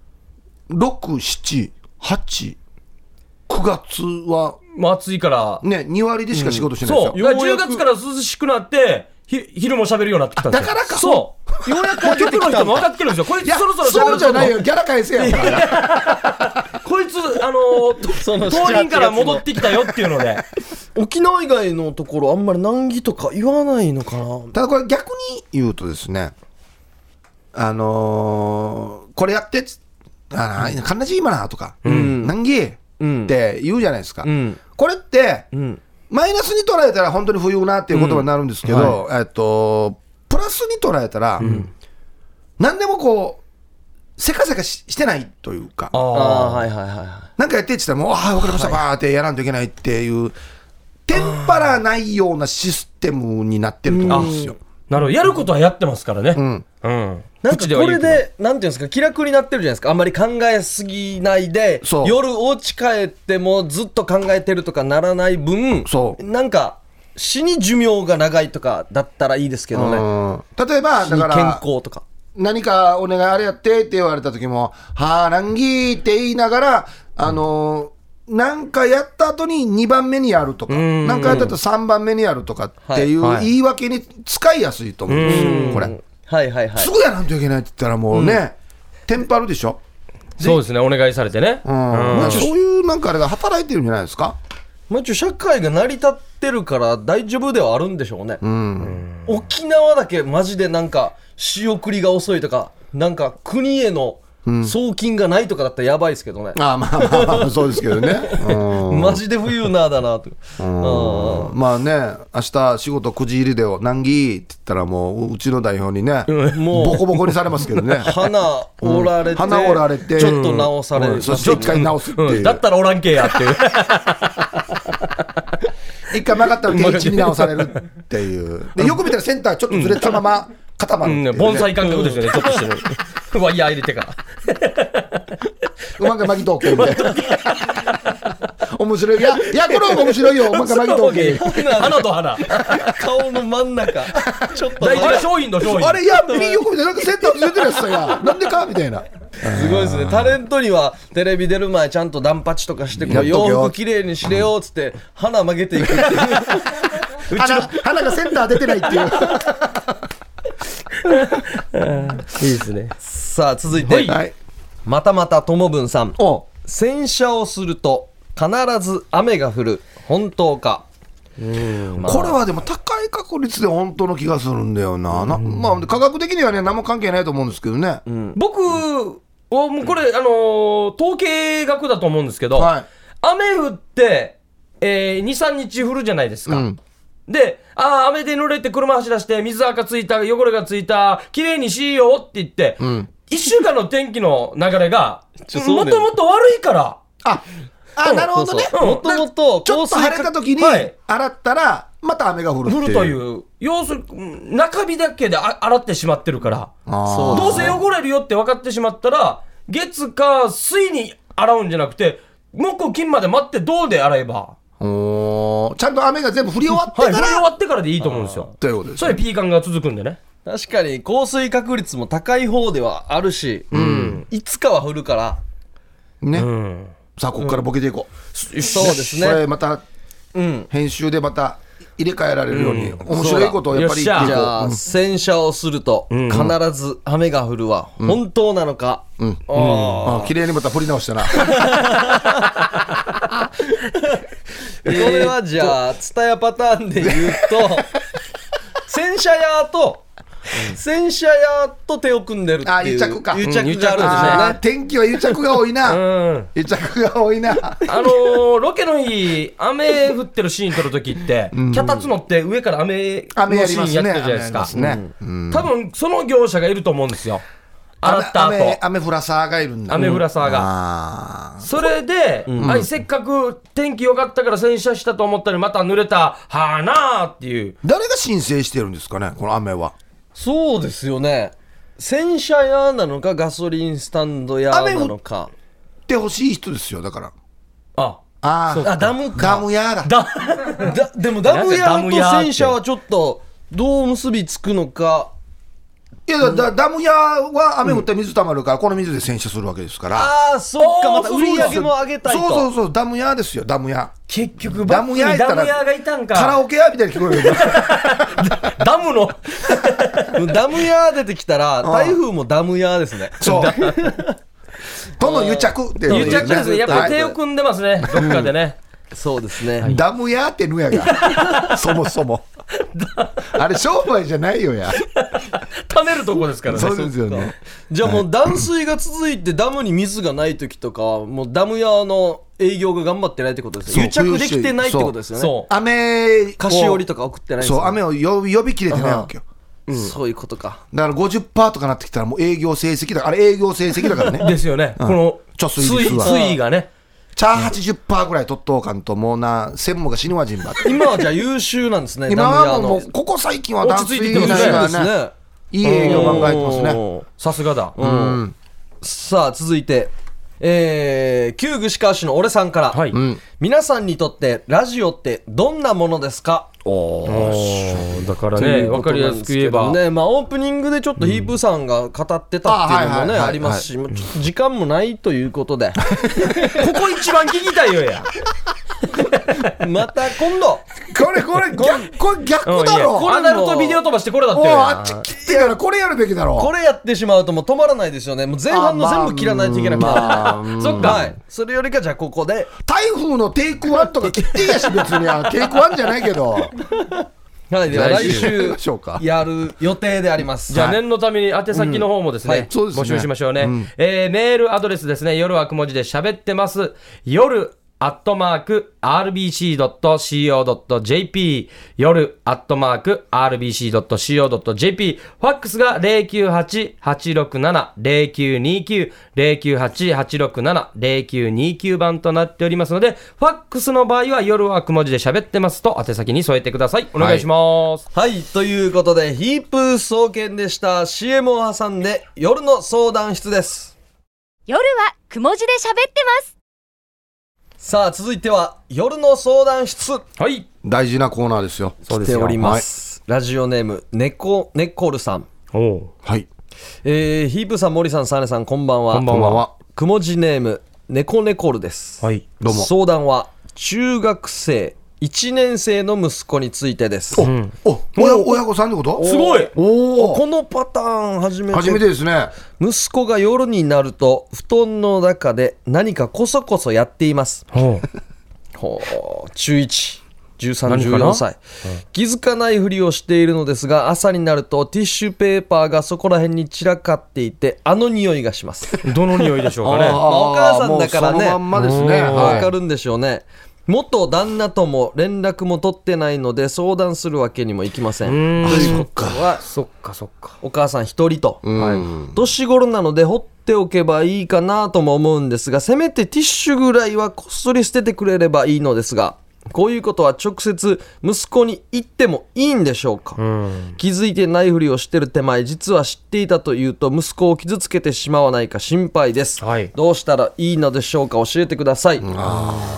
6、7、8、9月はもう暑いからね、2割でしか仕事してないですよ。 そう10月から涼しくなって昼も喋るようになってきたんですよ。 だからか。 そうようやく局の人も分かってるんですよ。こいつそろそろ喋る。 そうじゃないよ、ギャラ返せやこいつ当人から戻ってきたよっていうので沖縄以外のところあんまり難儀とか言わないのかな。 ただこれ逆に言うとですね、これやってかんなじ今なとか、難儀って言うじゃないですか。これって、マイナスに捉えたら本当に冬なっていう言葉になるんですけど、プラスに捉えたら、何でもこうせかせかしてないというか、なんかやってって言ったらもう分かりましたバーってやらんといけないっていうテンパらないようなシステムになってると思うんですよ。 なるほど、やることはやってますからね。 なんかこれでなんていうんですか、気楽になってるじゃないですか。あんまり考えすぎないで、夜お家帰ってもずっと考えてるとかならない分、なんか死に寿命が長いとかだったらいいですけどね。 例えばだから健康とか何かお願いあれやってって言われた時もはあ難儀って言いながらなんかやった後に2番目にやるとか、なんかやった後3番目にやるとかっていう言い訳に使いやすいと思うんですよ、これ。すぐやらんといけないって言ったらもうね、テンパるでしょ。 そうですね、お願いされてね。 そういうなんかあれが働いてるんじゃないですか。 社会が成り立ってるから大丈夫ではあるんでしょうね。沖縄だけマジでなんか仕送りが遅いとか、なんか国への送金がないとかだったらやばいですけどね。 まあそうですけどね。 マジで冬なだなと。 まあね、明日仕事9時入りでよ難儀って言ったらもううちの代表にねボコボコにされますけどね。 鼻折られてちょっと直される、 そして一回直すっていう、 だったらおらんけやっていう一回曲がったら定位置に直されるっていうで、よく見たらセンターちょっとずれたまま固まるっていうね。 盆栽感覚ですよね、ちょっとしてるワイヤー入れてからうまく巻きとけみたいな面白い。いやこれ面白いよ、うまく巻きとけ鼻と鼻顔の真ん中ちょっと大事な商品あれ、いやよく見たらなんかセンターずれてるやつさやなんでかみたいな。 すごいですね。タレントにはテレビ出る前ちゃんとダンパチとかしてこう洋服きれいにしれよっつって鼻曲げていくっていう鼻がセンター出てないっていういいですね。 さあ続いて、またまたともぶんさん。洗車をすると必ず雨が降る、本当か。 これはでも高い確率で本当の気がするんだよな。科学的にはね何も関係ないと思うんですけどね。 僕はもうこれ統計学だと思うんですけど、雨降って2、3日降るじゃないですか。で、雨で濡れて車走らして水垢ついた、汚れがついた、きれいにしようって言って、1週間の天気の流れがもともと悪いから。 なるほどね。 もともとちょっと晴れた時に洗ったらまた雨が降るっていう。 という要するに中日だけで洗ってしまってるから、どうせ汚れるよって分かってしまったら月火水に洗うんじゃなくて木金まで待って銅で洗えばちゃんと雨が全部降り終わってから、 降り終わってからでいいと思うんですよ。 ということです。 それピーカンが続くんでね。 確かに降水確率も高い方ではあるし、いつかは降るからね、さあここからボケていこう、 そうですね。 これまた、編集でまた入れ替えられるように、面白いことをやっぱり言っていこう。 じゃあ洗車をすると必ず雨が降るは本当なのか。 綺麗にまた振り直したな。 これはじゃあツタヤパターンで言うと洗車屋と洗車屋と手を組んでるっていう癒着か、 癒着があるんですよね。 天気は癒着が多いな、癒着が多いな。 ロケの日雨降ってるシーン撮るときって脚立乗って上から雨のシーンやってるじゃないですか。多分その業者がいると思うんですよ。洗った後雨降らさーがいるんだ。 雨降らさーが、それで、せっかく天気良かったから洗車したと思ったらまた濡れたはーなーっていう。 誰が申請してるんですかね、この雨は。 そうですよね。洗車屋なのかガソリンスタンド屋なのか。 ってほしい人ですよ、だから。 ダムか。 ダム屋だ。 でもダム屋と洗車はちょっとどう結びつくのか。 いやダム屋は雨降って水たまるから、この水で洗車するわけですから。 そっか、また売り上げも上げたいと。 そうダム屋ですよ、ダム屋。 結局ダム屋がいたんか。 カラオケ屋みたいに聞こえる。 ダムのダム屋出てきたら台風もダム屋ですね。 そうどの癒着って癒着ですね。やっぱり手を組んでますね、どっかでね。 そうですね。 ダム屋ってぬやがそもそもあれ商売じゃないよや。 貯めるとこですからね。 そうですよね。 じゃあもう断水が続いてダムに水がない時とかはもうダム屋の営業が頑張ってないってことですよ。癒着できてないってことですよね。 そう、 雨菓子折りとか送ってないですよね。 そう、雨を呼びきれてないわけよ。 そういうことか。 だから 50% とかなってきたらもう営業成績だから、あれ営業成績だからね。 ですよね。この水位がね、 チャー 80% ぐらい取っとうかんと、もうな専務が死ぬわじんばって。 今はじゃあ優秀なんですね。 今はもうここ最近は断水落ち着いてますね。いい営業考えてますね。 さすがだ。 さあ続いて、旧具志川市の俺さんから、皆さんにとってラジオってどんなものですか。 だからね、分かりやすく言えばね、オープニングでちょっとヒープーさんが語ってたっていうのもねありますし、時間もないということでここ一番聞きたいよや。 また今度これ逆だろ。 アナルとビデオ飛ばしてこれだってよ。あっち切ってからこれやるべきだろ。 これやってしまうともう止まらないですよね。もう前半の全部切らないといけなくて、そっか、それよりかじゃあここで台風のテイクワンとか切っていいやし、別にテイクワンじゃないけど。 はい、では来週やる予定であります。 じゃあ念のために宛先の方もですね、募集しましょうね。メールアドレスですね、夜はくも字で喋ってます、夜@rbc.co.jp、 夜@rbc.co.jp、 ファックスが 098-867-0929 098-867-0929 番となっておりますので、ファックスの場合は夜はくも字で喋ってますと宛先に添えてください。お願いします。 はい、ということでヒープー総研でした。 CM を挟んで夜の相談室です。 夜はくも字で喋ってます。 さあ続いては夜の相談室。 はい、 大事なコーナーですよ。 来ております、ラジオネームねっこるさん。 はい、 ヒープさん、森さん、サネさん、こんばんは。 こんばんは。 くも字ネームねこるです。 はい、 どうも。 相談は中学生1年生の息子についてです。 親御さんってこと？ すごい。 このパターン初めてですね。 息子が夜になると布団の中で何かこそこそやっています。中1、13、14歳、気づかないふりをしているのですが、朝になるとティッシュペーパーがそこら辺に散らかっていて、あの匂いがします。 どの匂いでしょうかね。 お母さんだからね、 そのまんまですね。 わかるんでしょうね。元旦那とも連絡も取ってないので相談するわけにもいきません。ということはそっかお母さん一人と、年頃なので放っておけばいいかなとも思うんですが、せめてティッシュぐらいはこっそり捨ててくれればいいのですが、こういうことは直接息子に言ってもいいんでしょうか。気づいてないふりをしてる手前、実は知っていたというと息子を傷つけてしまわないか心配です。どうしたらいいのでしょうか、教えてください。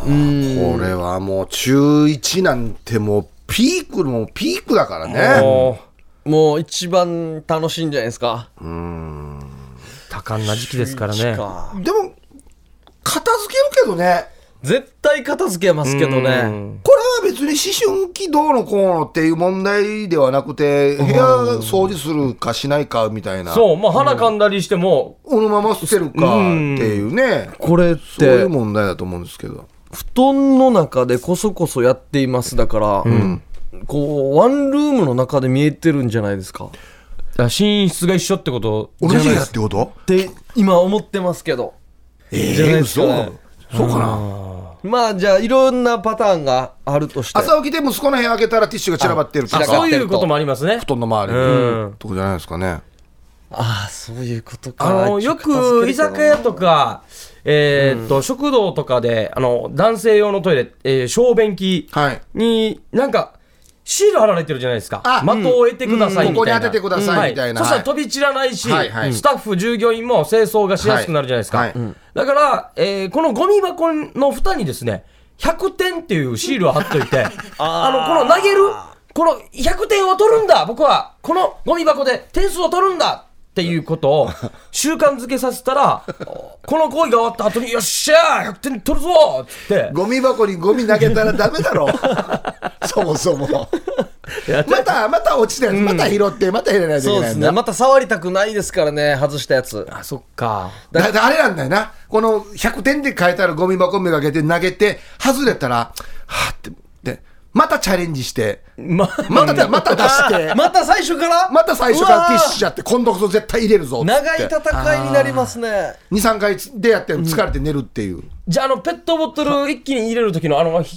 これはもう中1なんてもうピークだからね。 もう一番楽しいんじゃないですか。 多感な時期ですからね。 でも片付けるけどね。 絶対片付けますけどね。 これは別に思春期どうのこうのっていう問題ではなくて、部屋掃除するかしないかみたいな。 そう、まあ鼻かんだりしても、 このまま捨てるかっていうね。 これってそういう問題だと思うんですけど。 布団の中でこそこそやっていますだから、こうワンルームの中で見えてるんじゃないですか。 寝室が一緒ってこと同じ部屋ってことって今思ってますけど。じゃないですかね。 そうかな。 まあじゃあいろんなパターンがあるとして、 朝起きて息子の部屋開けたらティッシュが散らばってるとか、 そういうこともありますね。 布団の周りにとこじゃないですかね。 ああそういうことか。 よく居酒屋とか食堂とかで男性用のトイレ、小便器になんかシール貼られてるじゃないですか。的を得てくださいみたいな、 ここに当ててくださいみたいな。 そしたら飛び散らないし、スタッフ従業員も清掃がしやすくなるじゃないですか。だから、このゴミ箱の蓋にですね100点っていうシールを貼っといてこの投げるこの100点を取るんだ、僕はこのゴミ箱で点数を取るんだっていうことを習慣づけさせたらこの行為が終わった後によっしゃー100点取るぞっつってゴミ箱にゴミ投げたらダメだろそもそもまた落ちたやつ、また拾ってまた入れないといけないんだ。 そうですね、また触りたくないですからね、外したやつ。 そっか。 あれなんだよな、この100点で書いてあるゴミ箱めがけて投げて外れたらはぁってでまたチャレンジしてまた出してまた最初からティッシュやって今度こそ絶対入れるぞって長い戦いになりますね。 2,3 回でやって疲れて寝るっていう、 じゃあペットボトル一気に入れる時の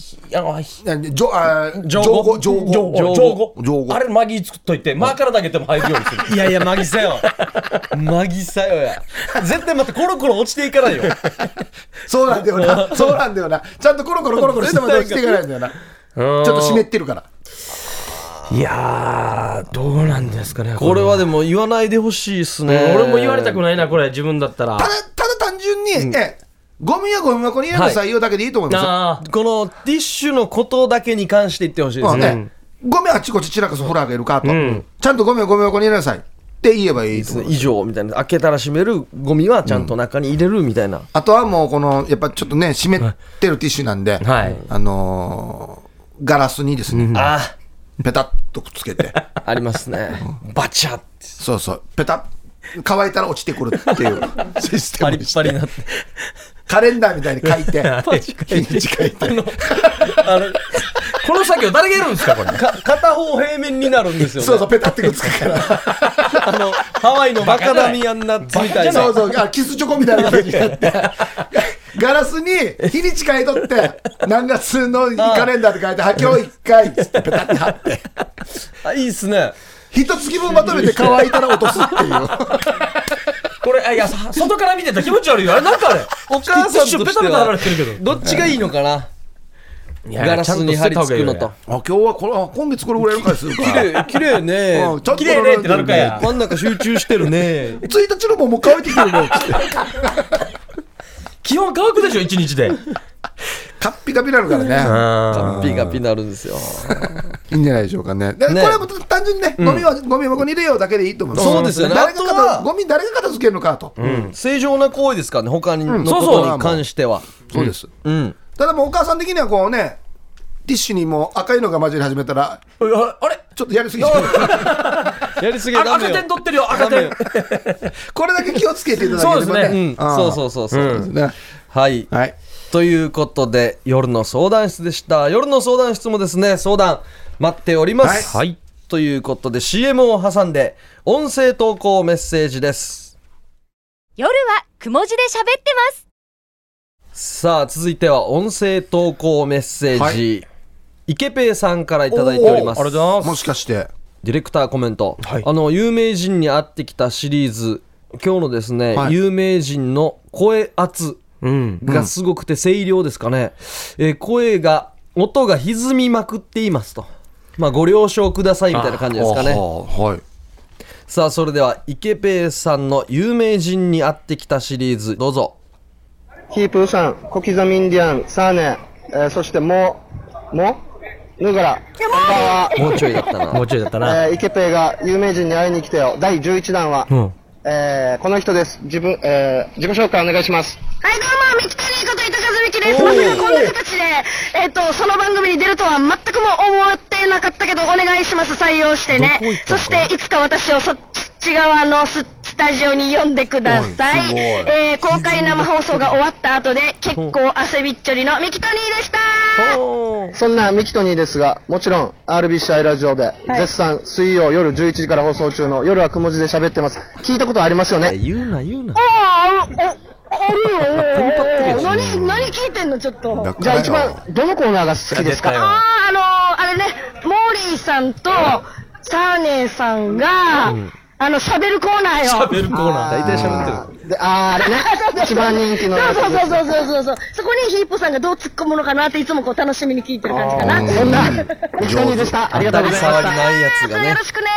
浄あれマギー作っといてマーから投げても入るようにする。 いやいやマギさよマギさよや絶対またコロコロ落ちていかないよそうなんだよなちゃんとコロコロしてまで落ちていかないんだよなちょっと湿ってるから。 いやーどうなんですかねこれは。でも言わないでほしいですね。 俺も言われたくないなこれ、自分だったら。 ただ単純に、ゴミはゴミ箱に入れる採用だけでいいと思いますよ。 このティッシュのことだけに関して言ってほしいですね。 ゴミはあちこち散らかすホラーがいるかと、ちゃんとゴミはゴミ箱に入れなさいって言えばいいと思います。 以上みたいな、開けたら閉めるゴミはちゃんと中に入れるみたいな、 あとはもうこのやっぱちょっとね湿ってるティッシュなんで、ガラスにですね、ペタッとくっつけてありますね、バチャッて。 そうペタッ乾いたら落ちてくるっていうシステムにしてパリッパリになってカレンダーみたいに書いて日にち書いてこの作業誰がやるんですかこれ。 片方平面になるんですよね。 そうペタッてくっつくからハワイのマカダミアンナッツみたいな。 そうキスチョコみたいな感じになってガラスに日にち書いとって何月のカレンダーって書いて今日1回っつってペタッて貼っていいっすね。 一月分まとめて乾いたら落とすっていうこれいや外から見てたら気持ち悪いよ。なんかあれお母さんとしてペタペタ貼られてるけどどっちがいいのかな。ガラスに貼り付くのと。 今日は今月これぐらいの回するか綺麗ね綺麗ねってなるかや。 真ん中集中してるね 1日のもう乾いてきてるね基本乾くでしょ1日で。 カッピカピなるからね。 カッピカピなるんですよ。 いいんじゃないでしょうかね。これはもう単純にね、ゴミはゴミ箱に入れようだけでいいと思います。 そうですよね。 ゴミ誰が片付けるのかと。 正常な行為ですからね、他のことに関しては。 そうです。ただもうお母さん的にはこうね、ティッシュにもう赤いのが混じり始めたら、あれちょっとやりすぎちゃう。 やりすぎダメよ。 赤点取ってるよ、赤点。 これだけ気をつけていただければね。 そう。はい。ということで夜の相談室でした。夜の相談室もですね、相談待っております。はい。ということで CM を挟んで音声投稿メッセージです。 夜はくも字で喋ってます。 さあ続いては音声投稿メッセージ、イケペイさんからいただいております。 ありがとうございます。 もしかしてディレクターコメント、有名人に会ってきたシリーズ、今日のですね、有名人の声圧がすごくて声量ですかね、声が音が歪みまくっていますと、ご了承くださいみたいな感じですかね。さあそれではイケペイさんの有名人に会ってきたシリーズどうぞ。 ヒープーさん、小刻みインディアンサーネそしてもうぬぐら、こんばんは。 もうちょいだったな。 もうちょいだったな。 イケペイが有名人に会いに来てよ。第11弾は、この人です。自己紹介お願いします。 はい、どうも、ミキトニーこと糸数美希です。まさかこんな形で、その番組に出るとは全くも思ってなかったけど、お願いします。採用してね。そして、いつか私をそっち側のスタジオに呼んでください。公開生放送が終わった後で、結構汗びっちょりのミキトニーでした。 そんなミキトニーですが、もちろん RBCI ラジオで絶賛水曜夜11時から放送中の夜はくも字で喋ってます。聞いたことありますよね。 言うな。 あるよ。何聞いてんのちょっと。 じゃあ一番どのコーナーが好きですか？ あれね、モーリーさんとサーネーさんが、喋るコーナーよ。 喋るコーナー。 大体喋ってる。 で、あれね、一番人気のやつ。 そう。そこにヒープさんがどう突っ込むのかなっていつもこう楽しみに聞いてる感じかな。 そんな、ミキトニーでした。ありがとうございました。 触りないやつがね。 よろしくね。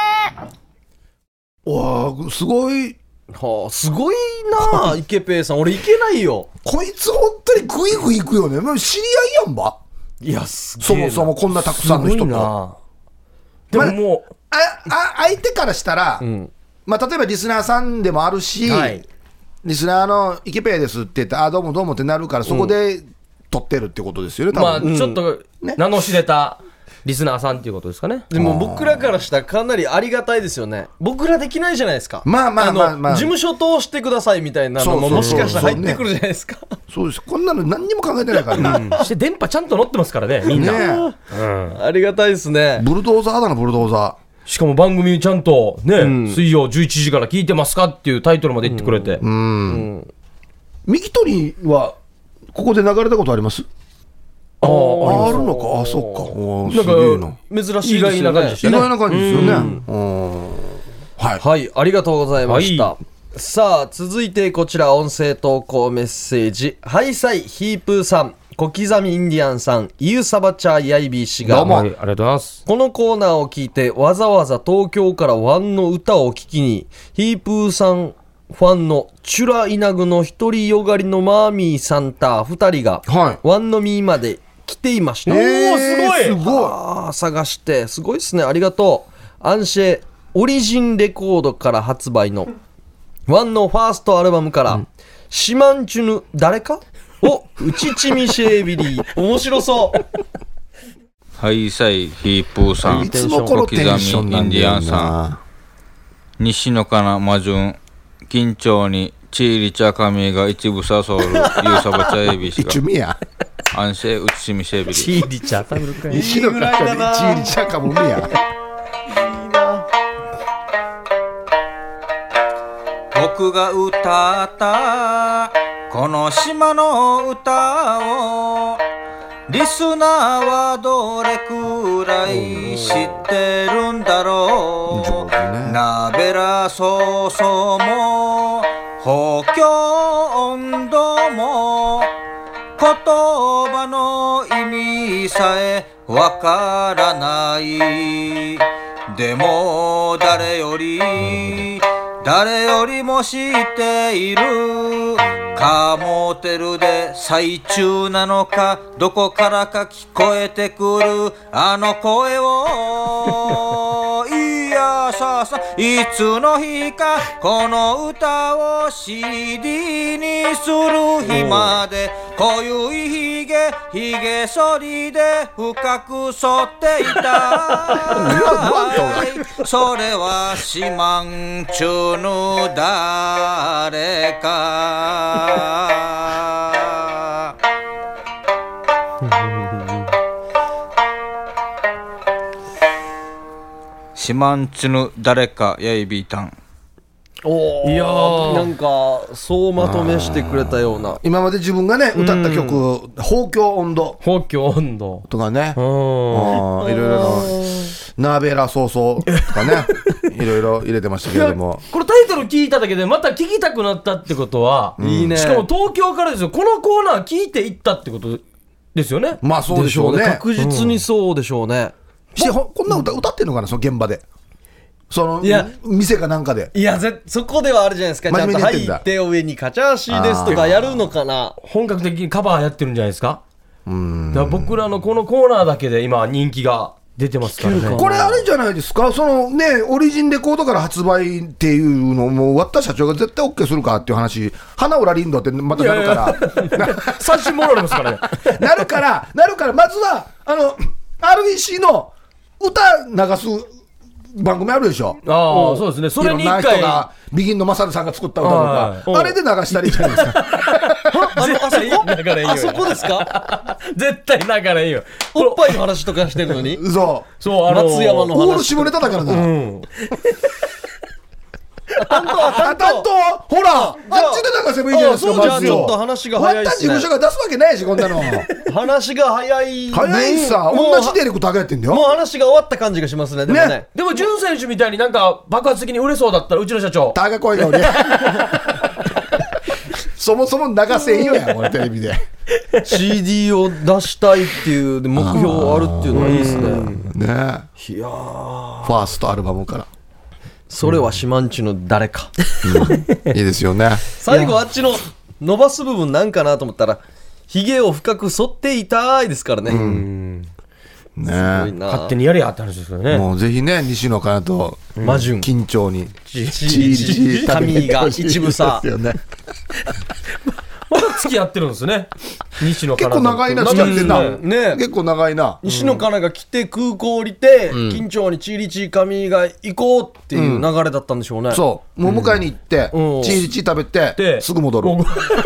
わあ、すごい。 はあ、すごいなあ、イケペイさん。俺いけないよ。 こいつ本当にグイグイ行くよね。もう知り合いやんば。 いや、すげえ。 そもそもこんなたくさんの人と。 でももう、 相手からしたら、まあ、例えばリスナーさんでもあるし、リスナーのイケペイですって言って、どうもどうもってなるから、そこで撮ってるってことですよね、多分。 まあ、ちょっと名の知れたリスナーさんっていうことですかね。 でも僕らからしたらかなりありがたいですよね。僕らできないじゃないですか。 まあ事務所通してくださいみたいなのももしかしたら入ってくるじゃないですか。 そうです。こんなの何にも考えてないからね。 そして電波ちゃんと乗ってますからね、みんな。 ありがたいですね。 ブルドーザーだな、ブルドーザー。 しかも番組ちゃんとね、水曜11時から聞いてますかっていうタイトルまで言ってくれて。 ミキトニーはここで流れたことあります？あるのか。そっか。 なんか珍しいですよね。 意外な感じですよね。 はい、ありがとうございました。さあ、続いてこちら音声投稿メッセージ。ハイサイヒープーさん、小刻みインディアンさん、イユサバチャーヤイビー氏が、 どうもありがとうございます。 このコーナーを聞いてわざわざ東京からワンの歌を聴きに、ヒープーさんファンのチュライナグの一人よがりのマーミーさんた2人が、ワンのミーまで来ていました。 すごい。 探してすごいですね。ありがとう。アンシェオリジンレコードから発売のワンのファーストアルバムから、シマンチュヌ誰かをウチチミシェービリー。面白そう。 ハイサイヒープーさん、 いつもこのテンションなんだよな。 インディアンさん、西野カナマジュン、緊張にチーリチャカミが一部サソール、ユーサバチャエビシが一味やアンシェウチシミシェビリ。 チーリチャ食べるかい。 西野カナチーリチャカもみや。 僕が歌ったこの島の歌をリスナーはどれくらい知ってるんだろう。なべらそうそうも法教音頭も言葉の意味さえわからない。でも誰よりも知っている。カモテルで最中なのか、どこからか聞こえてくるあの声を。いやささいつの日かこの歌を CD にする日まで、濃ゆいひげ剃りで深く剃っていた。それはシマンチュヌ誰か。シマンチュヌ誰かやいびーたん。 いやなんかそうまとめしてくれたような。 今まで自分がね歌った曲、法教音頭とかね、いろいろのナーベラソーソーとかねいろいろ入れてましたけれども、 これタイトル聞いただけでまた聞きたくなったってことは、いいね。しかも東京からですよ。このコーナー聞いていったってことですよね。 まあそうでしょうね。 確実にそうでしょうね。 こんな歌ってんのかな、その現場で、その店かなんかで。 いやそこではあるじゃないですか。ちゃんと入って上にカチャーシーですとかやるのかな。 本格的にカバーやってるんじゃないですか。 だから僕らのこのコーナーだけで今人気が出てますからね。 これあれじゃないですか、そのね、オリジンレコードから発売っていうのも、割った社長が絶対 OK するかっていう話、花浦リンドってまたなるから、 三振もらえますからね。 なるから、まずは、RBC の歌流す番組あるでしょ。 ああ、そうですね。それに一回。 いろんな人が、ビギンのマサルさんが作った歌とか、あれで流したらいいじゃないですか。 あそこですか？ 絶対流れんよ。 おっぱいの話とかしてるのに。 そう。 松山の話。 オール下ネタだからな。 担当ほら、あっちで流せばいいじゃないですか。 じゃあちょっと話が早いですね。 事務所が出すわけないし、こんなの。 話が早い。 早いさ、同じデレクターがやってんだよ。 もう話が終わった感じがしますね。でもね。 でも、潤選手みたいになんか爆発的に売れそうだったら、うちの社長。 タが声がね。そもそも流せんよや、これテレビで。 CD を出したいっていう目標あるっていうのはいいですね。 ね。いやファーストアルバムから。 それは島んちの誰か。 いいですよね。 最後あっちの伸ばす部分なんかなと思ったら、ひげを深く剃っていたいですからね。 ね、 勝手にやれやって話ですよね。 もうぜひね、西野カナと魔順緊張に髪が一部さまだ付き合ってるんですね。西野カナ結構長いな、付き合ってんな。 ね、 結構長いな。 西野カナが来て空港降りて、緊張にチーリチー髪が行こうっていう流れだったんでしょうね。 そう、もう迎えに行って、チーリチー食べて、すぐ戻る。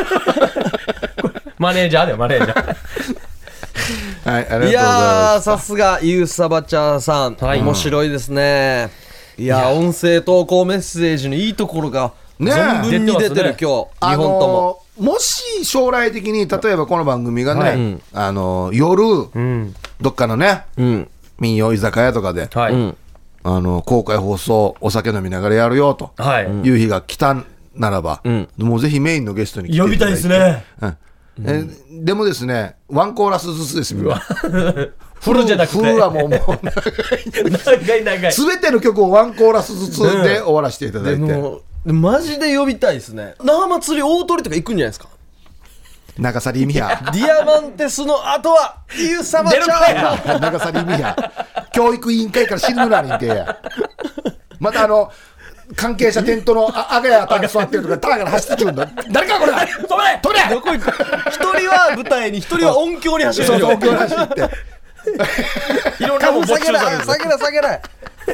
マネージャーだよ、マネージャー。 はい、ありがとうございます。 いやー、さすがユーサバチャーさん、面白いですね。いやー、音声投稿メッセージのいいところが存分に出てる今日、2本とも。 もし将来的に例えばこの番組がね、夜、どっかのね、民謡居酒屋とかで、公開放送お酒飲みながらやるよという日が来たならば、もうぜひメインのゲストに来ていただいて、 呼びたいですね。 でもですね、ワンコーラスずつですよ。 フルじゃなくて、 フルはもう長い全ての曲をワンコーラスずつで終わらせていただいて、 マジで呼びたいですね。那覇祭り大鳥とか行くんじゃないですか。 長崎ミハディアマンテスの後はユーサバチャー。 長崎ミハ教育委員会から死ぬなりんてや。また関係者テントのあがやた座ってるとかターから走ってくるんだ。誰かこれ止めどこ行く。一人は舞台に一人は音響に走る。 そう音響に走っていろんなもん下げない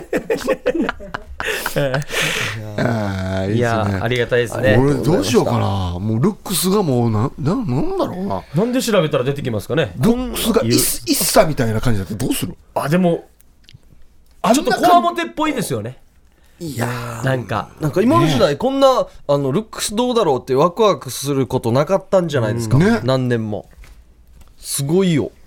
いや、ありがたいですね。 俺どうしようかな。もうルックスがもうなんだろうな。 なんで調べたら出てきますかね。 ルックスが一茶みたいな感じだってどうする。 でもちょっとこわもてっぽいですよね。 いやなんか今の時代こんなルックスどうだろうってワクワクすることなかったんじゃないですか、何年も。すごいよ。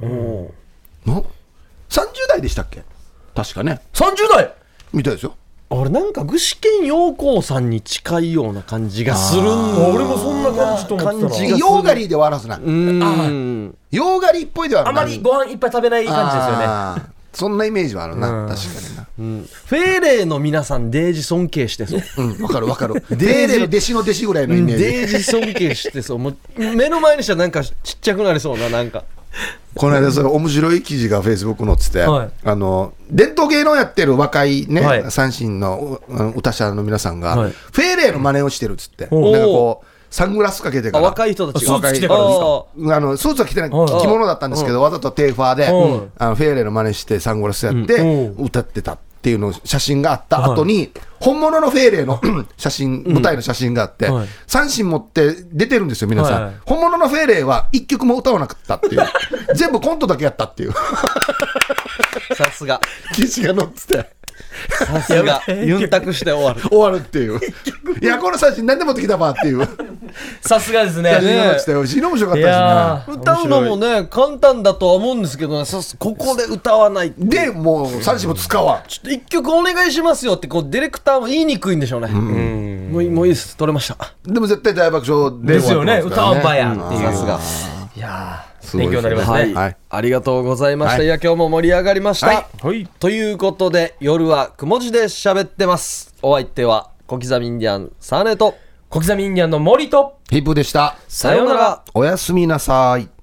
30代でしたっけ、確かね。 30代みたいですよ。 俺なんか具志堅用高さんに近いような感じがするんだ。 俺もそんな感じと思ってたな。 ヨーガリーで終わらすな。ヨーガリーっぽいではあるな。 あまりご飯いっぱい食べない感じですよね。 そんなイメージはあるな、確かにな。 フェーレーの皆さんデージ尊敬してそう。 わかる。デーレーの弟子の弟子ぐらいのイメージ。 デージ尊敬してそう。もう目の前にしたらなんかちっちゃくなりそうな、なんか。 この間それ面白い記事がフェイスブック載ってて、伝統芸能やってる若いね、三振の歌者の皆さんが、フェーレーの真似をしてるっつって、なんかこうサングラスかけてから、 若い人たちがスーツ着てからですか。 スーツは着てない、着物だったんですけど、わざとテーファーでフェーレーの真似してサングラスやって歌ってたっていうの写真があった後に、本物のフェーレーの写真、舞台の写真があって、三振持って出てるんですよ皆さん。本物のフェーレーは一曲も歌わなかったっていう、全部コントだけやったっていうさすが記事が載ってて、 さすがユンタクして終わるっていう。いやこの写真何で持ってきたばっていう。 さすがですね。 写真が落ちたよ。面白かったしな。 歌うのもね簡単だとは思うんですけどね、ここで歌わないでもう三振も使わん。 ちょっと一曲お願いしますよってこうディレクターも言いにくいんでしょうね。もういいです、取れました。 でも絶対大爆笑ですよね。歌わんばやっていう。 さすが。 いや勉強になりますね。 ありがとうございました。いや今日も盛り上がりました。ということで夜はくも字で喋ってます。お相手は小刻みインディアンサーネと小刻みインディアンの森とヒップでした。 さようなら。 おやすみなさい。